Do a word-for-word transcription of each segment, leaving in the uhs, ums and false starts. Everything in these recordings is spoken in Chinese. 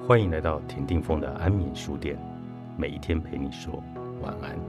欢迎来到田定峰的安眠书店，每一天陪你说晚安。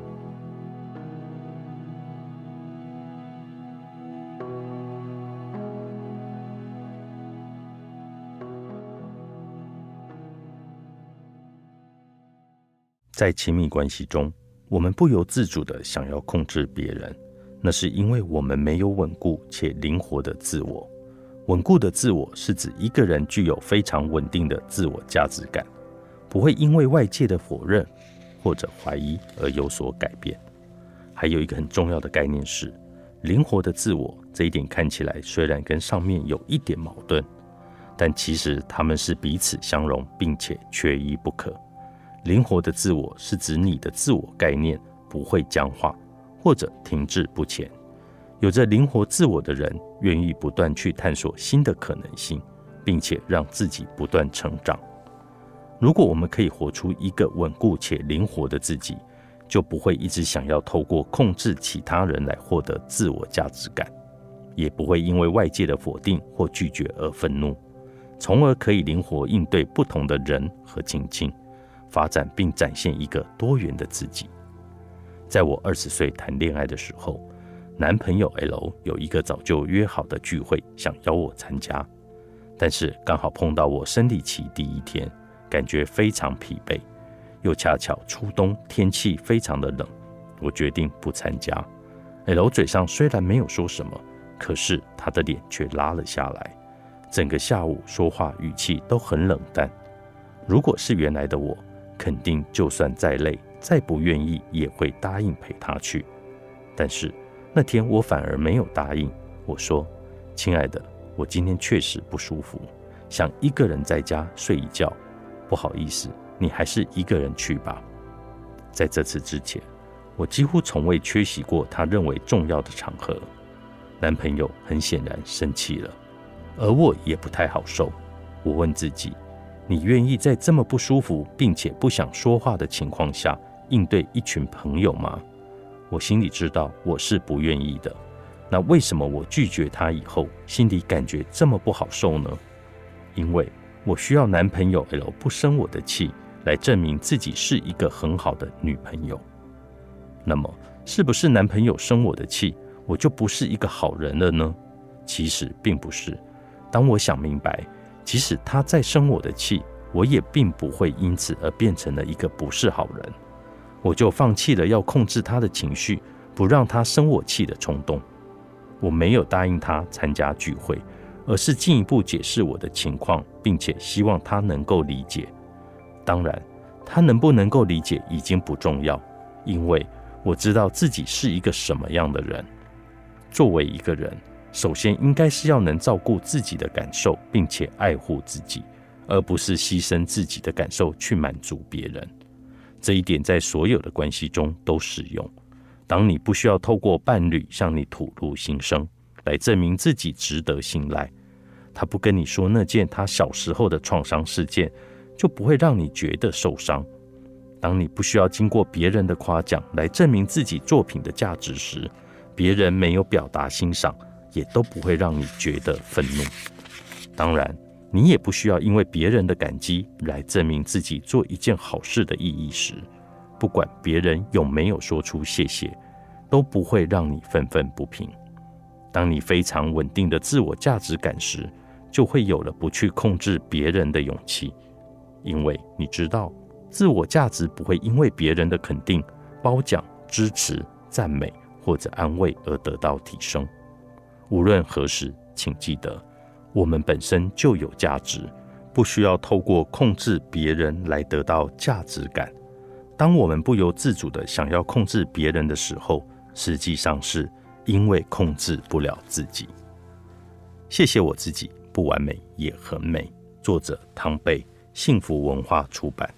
在亲密关系中，我们不由自主地想要控制别人，那是因为我们没有稳固且灵活的自我。稳固的自我是指一个人具有非常稳定的自我价值感，不会因为外界的否认或者怀疑而有所改变。还有一个很重要的概念是灵活的自我，这一点看起来虽然跟上面有一点矛盾，但其实它们是彼此相容并且缺一不可。灵活的自我是指你的自我概念不会僵化或者停滞不前。有着灵活自我的人愿意不断去探索新的可能性，并且让自己不断成长。如果我们可以活出一个稳固且灵活的自己，就不会一直想要透过控制其他人来获得自我价值感，也不会因为外界的否定或拒绝而愤怒，从而可以灵活应对不同的人和情境，发展并展现一个多元的自己。在我二十岁谈恋爱的时候，男朋友 L 有一个早就约好的聚会，想邀我参加，但是刚好碰到我生理期第一天，感觉非常疲惫，又恰巧初冬，天气非常的冷，我决定不参加。L 嘴上虽然没有说什么，可是他的脸却拉了下来，整个下午说话语气都很冷淡。如果是原来的我，肯定就算再累再不愿意也会答应陪他去，但是那天我反而没有答应。我说，亲爱的，我今天确实不舒服，想一个人在家睡一觉，不好意思，你还是一个人去吧。在这次之前，我几乎从未缺席过他认为重要的场合。男朋友很显然生气了，而我也不太好受。我问自己，你愿意在这么不舒服并且不想说话的情况下应对一群朋友吗？我心里知道我是不愿意的，那为什么我拒绝他以后心里感觉这么不好受呢？因为我需要男朋友 L 不生我的气，来证明自己是一个很好的女朋友。那么是不是男朋友生我的气，我就不是一个好人了呢？其实并不是。当我想明白，即使他再生我的气，我也并不会因此而变成了一个不是好人，我就放弃了要控制他的情绪，不让他生我气的冲动。我没有答应他参加聚会，而是进一步解释我的情况，并且希望他能够理解。当然，他能不能够理解已经不重要，因为我知道自己是一个什么样的人。作为一个人，首先应该是要能照顾自己的感受，并且爱护自己，而不是牺牲自己的感受去满足别人。这一点在所有的关系中都适用。当你不需要透过伴侣向你吐露心声，来证明自己值得信赖，他不跟你说那件他小时候的创伤事件，就不会让你觉得受伤。当你不需要经过别人的夸奖来证明自己作品的价值时，别人没有表达欣赏，也都不会让你觉得愤怒。当然，你也不需要因为别人的感激来证明自己做一件好事的意义时，不管别人有没有说出谢谢，都不会让你愤愤不平。当你非常稳定的自我价值感时，就会有了不去控制别人的勇气，因为你知道自我价值不会因为别人的肯定、褒奖、支持、赞美或者安慰而得到提升。无论何时，请记得我们本身就有价值，不需要透过控制别人来得到价值感。当我们不由自主的想要控制别人的时候，实际上是因为控制不了自己。谢谢我自己，不完美也很美。作者汤贝，幸福文化出版。